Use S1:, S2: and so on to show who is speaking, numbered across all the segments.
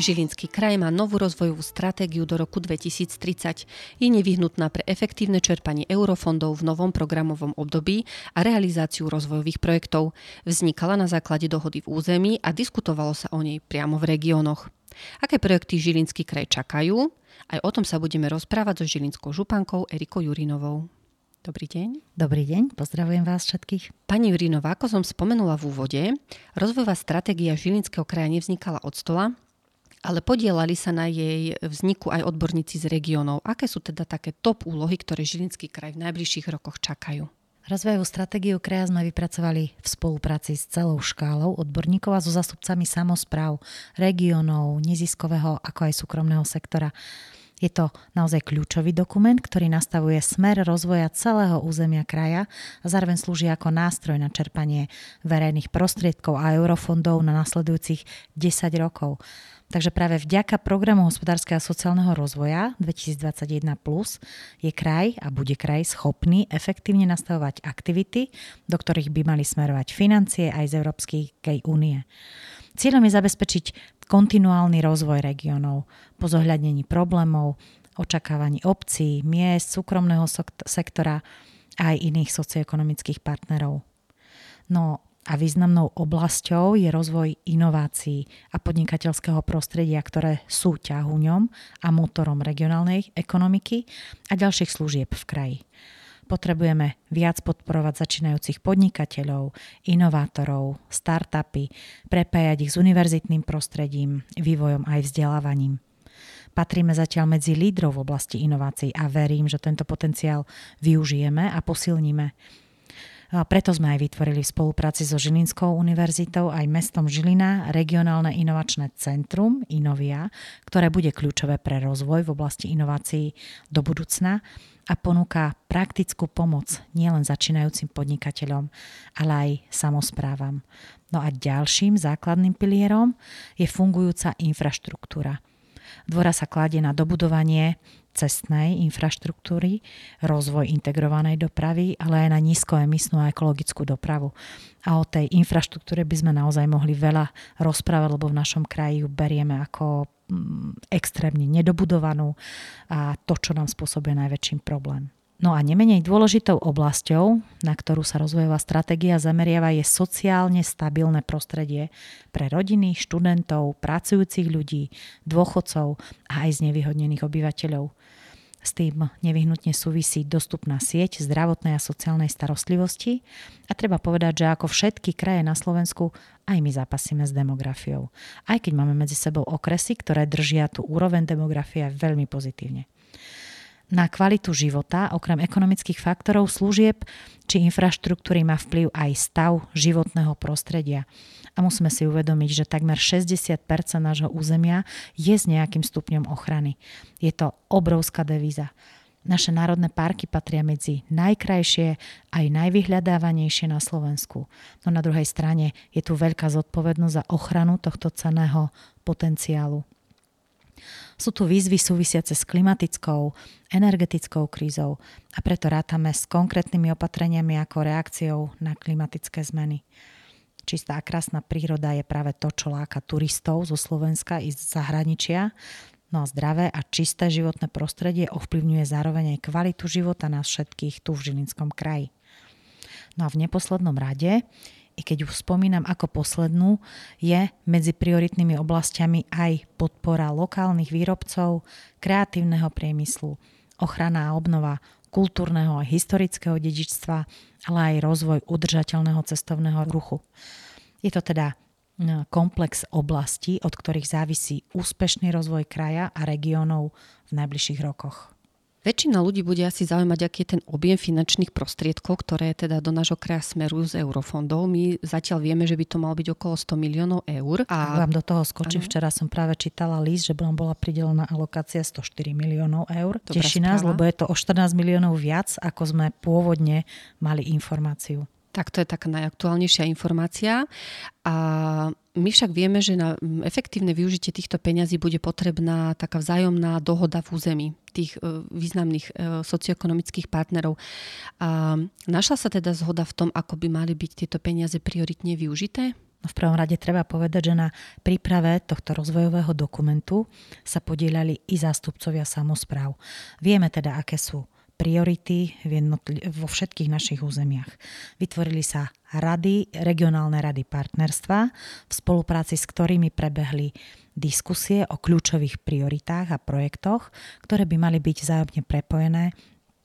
S1: Žilinský kraj má novú rozvojovú stratégiu do roku 2030. Je nevyhnutná pre efektívne čerpanie eurofondov v novom programovom období a realizáciu rozvojových projektov. Vznikala na základe dohody v území a diskutovalo sa o nej priamo v regiónoch. Aké projekty Žilinský kraj čakajú? Aj o tom sa budeme rozprávať so žilinskou župankou Erikou Jurinovou. Dobrý deň.
S2: Dobrý deň, pozdravujem vás všetkých.
S1: Pani Jurinová, ako som spomenula v úvode, rozvojová stratégia Žilinského kraja nevznikala od stola, ale podielali sa na jej vzniku aj odborníci z regiónov. Aké sú teda také top úlohy, ktoré Žilinský kraj v najbližších rokoch čakajú?
S2: Rozvojovú stratégiu kraja sme vypracovali v spolupráci s celou škálou odborníkov a so zástupcami samospráv, regiónov, neziskového ako aj súkromného sektora. Je to naozaj kľúčový dokument, ktorý nastavuje smer rozvoja celého územia kraja a zároveň slúži ako nástroj na čerpanie verejných prostriedkov a eurofondov na nasledujúcich 10 rokov. Takže práve vďaka programu hospodárskeho a sociálneho rozvoja 2021+ je kraj a bude kraj schopný efektívne nastavovať aktivity, do ktorých by mali smerovať financie aj z Európskej únie. Cieľom je zabezpečiť kontinuálny rozvoj regiónov po zohľadnení problémov, očakávaní obcí, miest, súkromného sektora a aj iných socioekonomických partnerov. No a významnou oblasťou je rozvoj inovácií a podnikateľského prostredia, ktoré sú ťahuňom a motorom regionálnej ekonomiky a ďalších služieb v kraji. Potrebujeme viac podporovať začínajúcich podnikateľov, inovátorov, startupy, prepájať ich s univerzitným prostredím, vývojom aj vzdelávaním. Patríme zatiaľ medzi lídrov v oblasti inovácií a verím, že tento potenciál využijeme a posilníme. A preto sme aj vytvorili v spolupráci so Žilinskou univerzitou aj mestom Žilina regionálne inovačné centrum Inovia, ktoré bude kľúčové pre rozvoj v oblasti inovácií do budúcna a ponúka praktickú pomoc nielen začínajúcim podnikateľom, ale aj samosprávam. No a ďalším základným pilierom je fungujúca infraštruktúra. Dôraz sa kladie na dobudovanie cestnej infraštruktúry, rozvoj integrovanej dopravy, ale aj na nízkoemisnú a ekologickú dopravu. A o tej infraštruktúre by sme naozaj mohli veľa rozprávať, lebo v našom kraji ju berieme ako extrémne nedobudovanú a to, čo nám spôsobuje najväčší problém. No a nemenej dôležitou oblasťou, na ktorú sa rozvojová stratégia zameriava, je sociálne stabilné prostredie pre rodiny, študentov, pracujúcich ľudí, dôchodcov a aj znevýhodnených obyvateľov. S tým nevyhnutne súvisí dostupná sieť zdravotnej a sociálnej starostlivosti a treba povedať, že ako všetky kraje na Slovensku aj my zápasíme s demografiou. Aj keď máme medzi sebou okresy, ktoré držia tú úroveň demografie veľmi pozitívne. Na kvalitu života, okrem ekonomických faktorov, služieb či infraštruktúry má vplyv aj stav životného prostredia. A musíme si uvedomiť, že takmer 60% nášho územia je s nejakým stupňom ochrany. Je to obrovská devíza. Naše národné parky patria medzi najkrajšie aj najvyhľadávanejšie na Slovensku. No na druhej strane je tu veľká zodpovednosť za ochranu tohto cenného potenciálu. Sú tu výzvy súvisiace s klimatickou, energetickou krízou a preto rátame s konkrétnymi opatreniami ako reakciou na klimatické zmeny. Čistá a krásna príroda je práve to, čo láka turistov zo Slovenska i z zahraničia. No a zdravé a čisté životné prostredie ovplyvňuje zároveň aj kvalitu života nás všetkých tu v Žilinskom kraji. No a v neposlednom rade, i keď ju spomínam ako poslednú, je medzi prioritnými oblastiami aj podpora lokálnych výrobcov, kreatívneho priemyslu, ochrana a obnova kultúrneho a historického dedičstva, ale aj rozvoj udržateľného cestovného ruchu. Je to teda komplex oblastí, od ktorých závisí úspešný rozvoj kraja a regiónov v najbližších rokoch.
S1: Väčšina ľudí bude asi zaujímať, aký je ten objem finančných prostriedkov, ktoré teda do nášho kraja smerujú z eurofondov. My zatiaľ vieme, že by to malo byť okolo 100 miliónov eur.
S2: A vám do toho skočím, včera som práve čítala list, že bola pridelená alokácia 104 miliónov eur.
S1: Dobrá
S2: Teší nás,
S1: správa.
S2: lebo je to o 14 miliónov viac, ako sme pôvodne mali informáciu.
S1: Tak to je taká najaktuálnejšia informácia. A my však vieme, že na efektívne využitie týchto peňazí bude potrebná taká vzájomná dohoda v území tých významných socioekonomických partnerov. A našla sa teda zhoda v tom, ako by mali byť tieto peniaze prioritne využité?
S2: No v prvom rade treba povedať, že na príprave tohto rozvojového dokumentu sa podieľali i zástupcovia samospráv. Vieme teda, aké sú priority vo všetkých našich územiach. Vytvorili sa regionálne rady partnerstva, v spolupráci s ktorými prebehli diskusie o kľúčových prioritách a projektoch, ktoré by mali byť vzájomne prepojené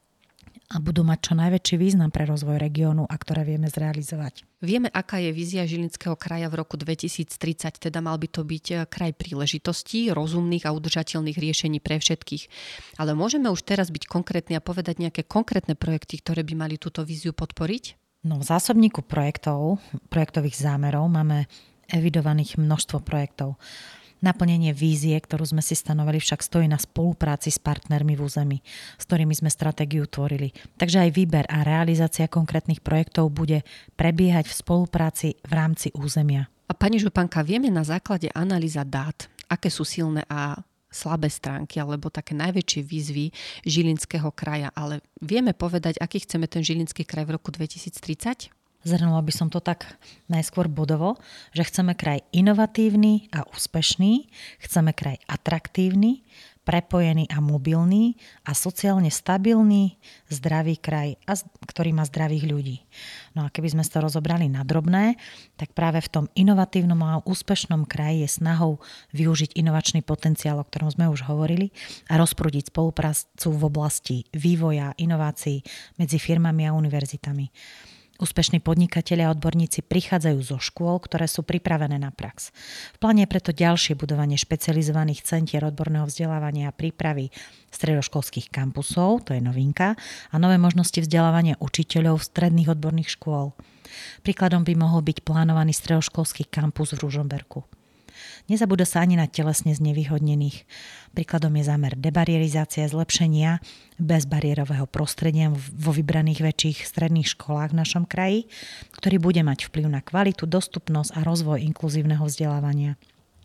S2: a budú mať čo najväčší význam pre rozvoj regiónu a ktoré vieme zrealizovať.
S1: Vieme, aká je vízia Žilinského kraja v roku 2030, teda mal by to byť kraj príležitostí, rozumných a udržateľných riešení pre všetkých. Ale môžeme už teraz byť konkrétni a povedať nejaké konkrétne projekty, ktoré by mali túto víziu podporiť?
S2: No, v zásobníku projektových zámerov máme evidovaných množstvo projektov. Naplnenie vízie, ktorú sme si stanovili, však stojí na spolupráci s partnermi v území, s ktorými sme stratégiu tvorili. Takže aj výber a realizácia konkrétnych projektov bude prebiehať v spolupráci v rámci územia.
S1: A pani županka, vieme na základe analýza dát, aké sú silné a slabé stránky, alebo také najväčšie výzvy Žilinského kraja, ale vieme povedať, aký chceme ten Žilinský kraj v roku 2030?
S2: Zhrnula by som to tak najskôr bodovo, že chceme kraj inovatívny a úspešný, chceme kraj atraktívny, prepojený a mobilný a sociálne stabilný, zdravý kraj, ktorý má zdravých ľudí. No a keby sme to rozobrali na drobné, tak práve v tom inovatívnom a úspešnom kraji je snahou využiť inovačný potenciál, o ktorom sme už hovorili, a rozprúdiť spoluprácu v oblasti vývoja, inovácií medzi firmami a univerzitami. Úspešní podnikatelia a odborníci prichádzajú zo škôl, ktoré sú pripravené na prax. V pláne je preto ďalšie budovanie špecializovaných centier odborného vzdelávania a prípravy stredoškolských kampusov, to je novinka, a nové možnosti vzdelávania učiteľov stredných odborných škôl. Príkladom by mohol byť plánovaný stredoškolský kampus v Ružomberku. Nezabúda sa ani na telesne znevýhodnených. Príkladom je zámer debarierizácie, zlepšenia bezbariérového prostredia vo vybraných väčších stredných školách v našom kraji, ktorý bude mať vplyv na kvalitu, dostupnosť a rozvoj inkluzívneho vzdelávania.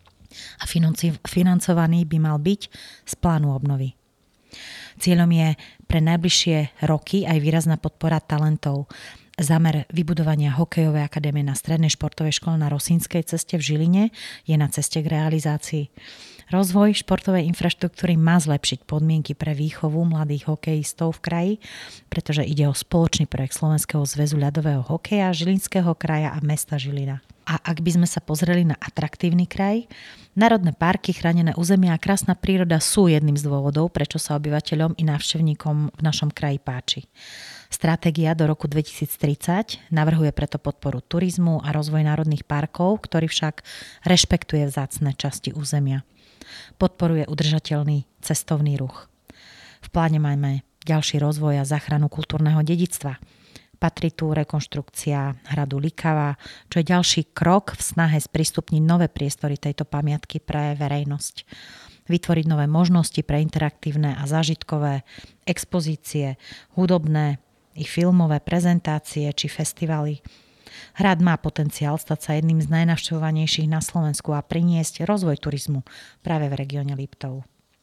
S2: A financovaný by mal byť z plánu obnovy. Cieľom je pre najbližšie roky aj výrazná podpora talentov. Zámer vybudovania hokejovej akadémie na strednej športovej škole na Rosínskej ceste v Žiline je na ceste k realizácii. Rozvoj športovej infraštruktúry má zlepšiť podmienky pre výchovu mladých hokejistov v kraji, pretože ide o spoločný projekt Slovenského zväzu ľadového hokeja, Žilinského kraja a mesta Žilina. A ak by sme sa pozreli na atraktívny kraj, národné parky, chránené územia a krásna príroda sú jedným z dôvodov, prečo sa obyvateľom i návštevníkom v našom kraji páči. Stratégia do roku 2030 navrhuje preto podporu turizmu a rozvoj národných parkov, ktorý však rešpektuje vzácne časti územia. Podporuje udržateľný cestovný ruch. V pláne máme ďalší rozvoj a záchranu kultúrneho dedičstva. Patrí tu rekonštrukcia hradu Likava, čo je ďalší krok v snahe sprístupniť nové priestory tejto pamiatky pre verejnosť. Vytvoriť nové možnosti pre interaktívne a zážitkové expozície, hudobné i filmové prezentácie či festivaly. Hrad má potenciál stať sa jedným z najnavštevovanejších na Slovensku a priniesť rozvoj turizmu práve v regióne Liptov.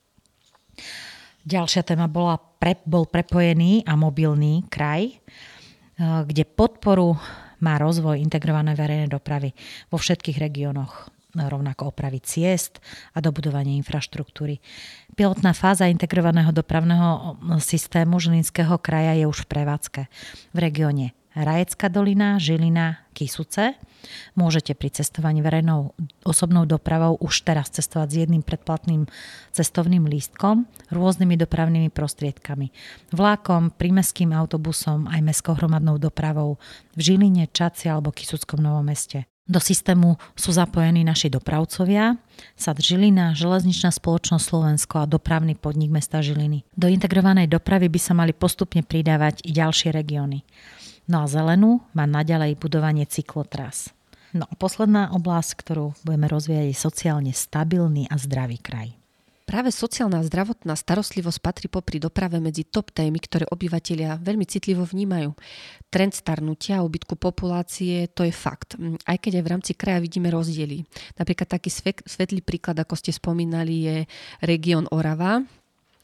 S2: Ďalšia téma bol prepojený a mobilný kraj, kde podporu má rozvoj integrovanej verejnej dopravy vo všetkých regiónoch, rovnako opravy ciest a dobudovanie infraštruktúry. Pilotná fáza integrovaného dopravného systému Žilinského kraja je už v prevádzke. V regióne Rajecká dolina, Žilina, Kysuce. Môžete pri cestovaní verejnou osobnou dopravou už teraz cestovať s jedným predplatným cestovným lístkom, rôznymi dopravnými prostriedkami. Vlákom, prímestským autobusom, aj mestskou hromadnou dopravou v Žiline, Čadci alebo Kysuckom Novom Meste. Do systému sú zapojení naši dopravcovia, SAD Žilina, Železničná spoločnosť Slovensko a dopravný podnik mesta Žiliny. Do integrovanej dopravy by sa mali postupne pridávať i ďalšie regióny. No a zelenú má naďalej budovanie cyklotrás. No a posledná oblasť, ktorú budeme rozvíjať, je sociálne stabilný a zdravý kraj.
S1: Práve sociálna a zdravotná starostlivosť patrí popri doprave medzi top témy, ktoré obyvatelia veľmi citlivo vnímajú. Trend starnutia a úbytku populácie, to je fakt. Aj keď aj v rámci kraja vidíme rozdiely. Napríklad taký svetlý príklad, ako ste spomínali, je región Orava,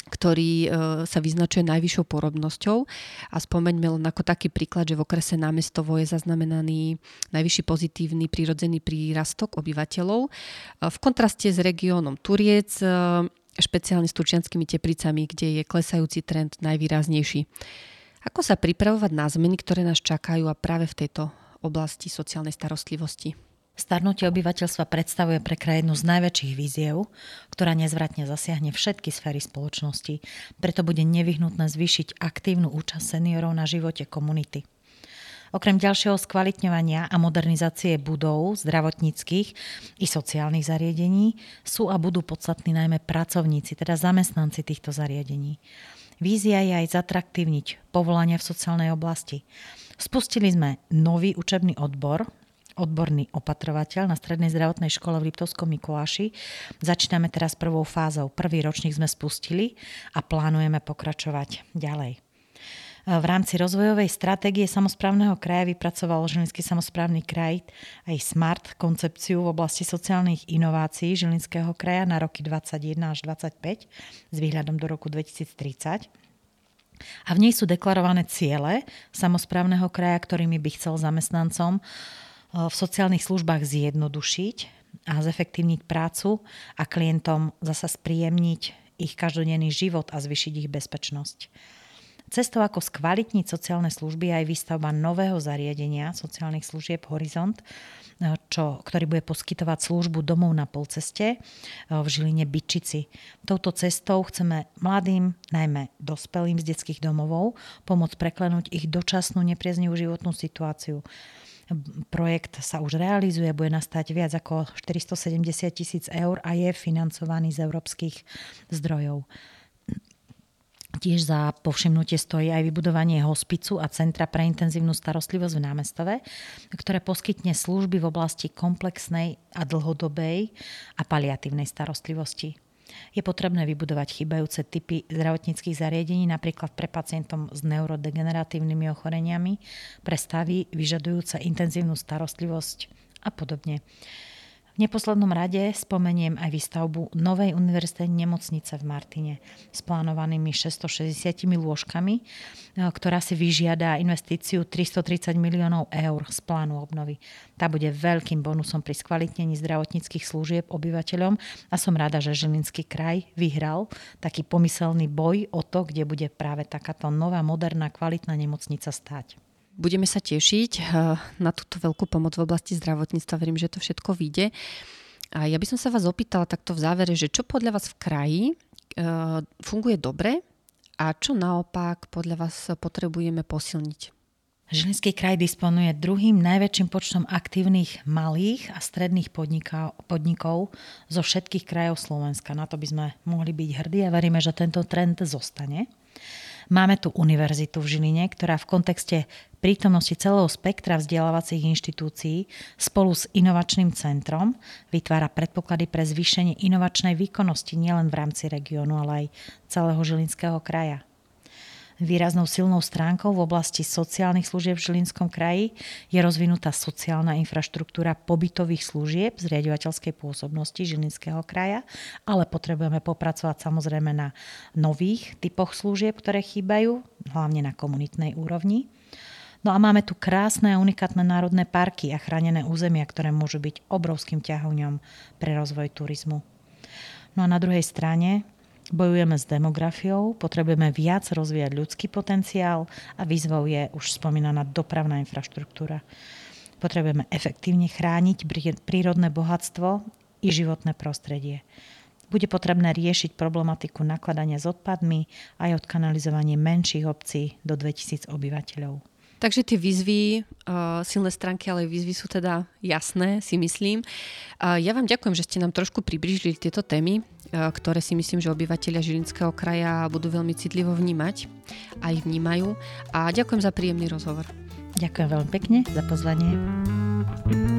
S1: ktorý sa vyznačuje najvyššou porodnosťou. A spomeňme len ako taký príklad, že v okrese Námestovo je zaznamenaný najvyšší pozitívny prírodzený prírastok obyvateľov. V kontraste s regiónom Turiec, špeciálne s Turčianskými Teplicami, kde je klesajúci trend najvýraznejší. Ako sa pripravovať na zmeny, ktoré nás čakajú a práve v tejto oblasti sociálnej starostlivosti?
S2: Starnutie obyvateľstva predstavuje pre kraj jednu z najväčších víziev, ktorá nezvratne zasiahne všetky sféry spoločnosti. Preto bude nevyhnutné zvýšiť aktívnu účasť seniorov na živote komunity. Okrem ďalšieho skvalitňovania a modernizácie budov, zdravotníckych i sociálnych zariadení sú a budú podstatní najmä pracovníci, teda zamestnanci týchto zariadení. Vízia je aj zatraktívniť povolania v sociálnej oblasti. Spustili sme nový učebný odborný opatrovateľ na Strednej zdravotnej škole v Liptovskom Mikuláši. Začíname teraz prvou fázou. Prvý ročník sme spustili a plánujeme pokračovať ďalej. V rámci rozvojovej stratégie samosprávneho kraja vypracoval Žilinský samosprávny kraj aj SMART koncepciu v oblasti sociálnych inovácií Žilinského kraja na roky 2021 až 2025 s výhľadom do roku 2030. A v nej sú deklarované ciele samosprávneho kraja, ktorými by chcel zamestnancom v sociálnych službách zjednodušiť a zefektívniť prácu a klientom zasa spríjemniť ich každodenný život a zvýšiť ich bezpečnosť. Cestou, ako skvalitniť sociálne služby, je aj výstavba nového zariadenia sociálnych služieb Horizont, ktorý bude poskytovať službu domov na polceste v Žiline Byčici. Touto cestou chceme mladým, najmä dospelým z detských domovov, pomôcť preklenúť ich dočasnú nepriaznivú životnú situáciu. Projekt sa už realizuje, bude nastáť viac ako 470 000 eur a je financovaný z európskych zdrojov. Tiež za povšimnutie stojí aj vybudovanie hospicu a centra pre intenzívnu starostlivosť v Námestove, ktoré poskytne služby v oblasti komplexnej a dlhodobej a paliatívnej starostlivosti. Je potrebné vybudovať chýbajúce typy zdravotníckych zariadení, napríklad pre pacientom s neurodegeneratívnymi ochoreniami, pre stavy vyžadujúce intenzívnu starostlivosť a podobne. V neposlednom rade spomeniem aj výstavbu novej univerzitnej nemocnice v Martine s plánovanými 660 lôžkami, ktorá si vyžiada investíciu 330 miliónov eur z plánu obnovy. Tá bude veľkým bonusom pri skvalitnení zdravotníckych služieb obyvateľom a som rada, že Žilinský kraj vyhral taký pomyselný boj o to, kde bude práve takáto nová, moderná, kvalitná nemocnica stáť.
S1: Budeme sa tešiť na túto veľkú pomoc v oblasti zdravotníctva. Verím, že to všetko vyjde. A ja by som sa vás opýtala takto v závere, že čo podľa vás v kraji funguje dobre a čo naopak podľa vás potrebujeme posilniť?
S2: Žilinský kraj disponuje druhým najväčším počtom aktívnych malých a stredných podnikov zo všetkých krajov Slovenska. Na to by sme mohli byť hrdí a veríme, že tento trend zostane. Máme tu univerzitu v Žiline, ktorá v kontexte prítomnosti celého spektra vzdelávacích inštitúcií spolu s inovačným centrom vytvára predpoklady pre zvýšenie inovačnej výkonnosti nielen v rámci regiónu, ale aj celého Žilinského kraja. Výraznou silnou stránkou v oblasti sociálnych služieb v Žilinskom kraji je rozvinutá sociálna infraštruktúra pobytových služieb z riaďovateľskej pôsobnosti Žilinského kraja, ale potrebujeme popracovať samozrejme na nových typoch služieb, ktoré chýbajú, hlavne na komunitnej úrovni. No a máme tu krásne a unikátne národné parky a chránené územia, ktoré môžu byť obrovským ťahuňom pre rozvoj turizmu. No a na druhej strane bojujeme s demografiou, potrebujeme viac rozvíjať ľudský potenciál a výzvou je už spomínaná dopravná infraštruktúra. Potrebujeme efektívne chrániť prírodné bohatstvo i životné prostredie. Bude potrebné riešiť problematiku nakladania s odpadmi aj odkanalizovanie menších obcí do 2000 obyvateľov.
S1: Takže tie výzvy, silné stránky, ale výzvy sú teda jasné, si myslím. Ja vám ďakujem, že ste nám trošku priblížili tieto témy, ktoré si myslím, že obyvatelia Žilinského kraja budú veľmi citlivo vnímať a ich vnímajú. A ďakujem za príjemný rozhovor.
S2: Ďakujem veľmi pekne za pozvanie.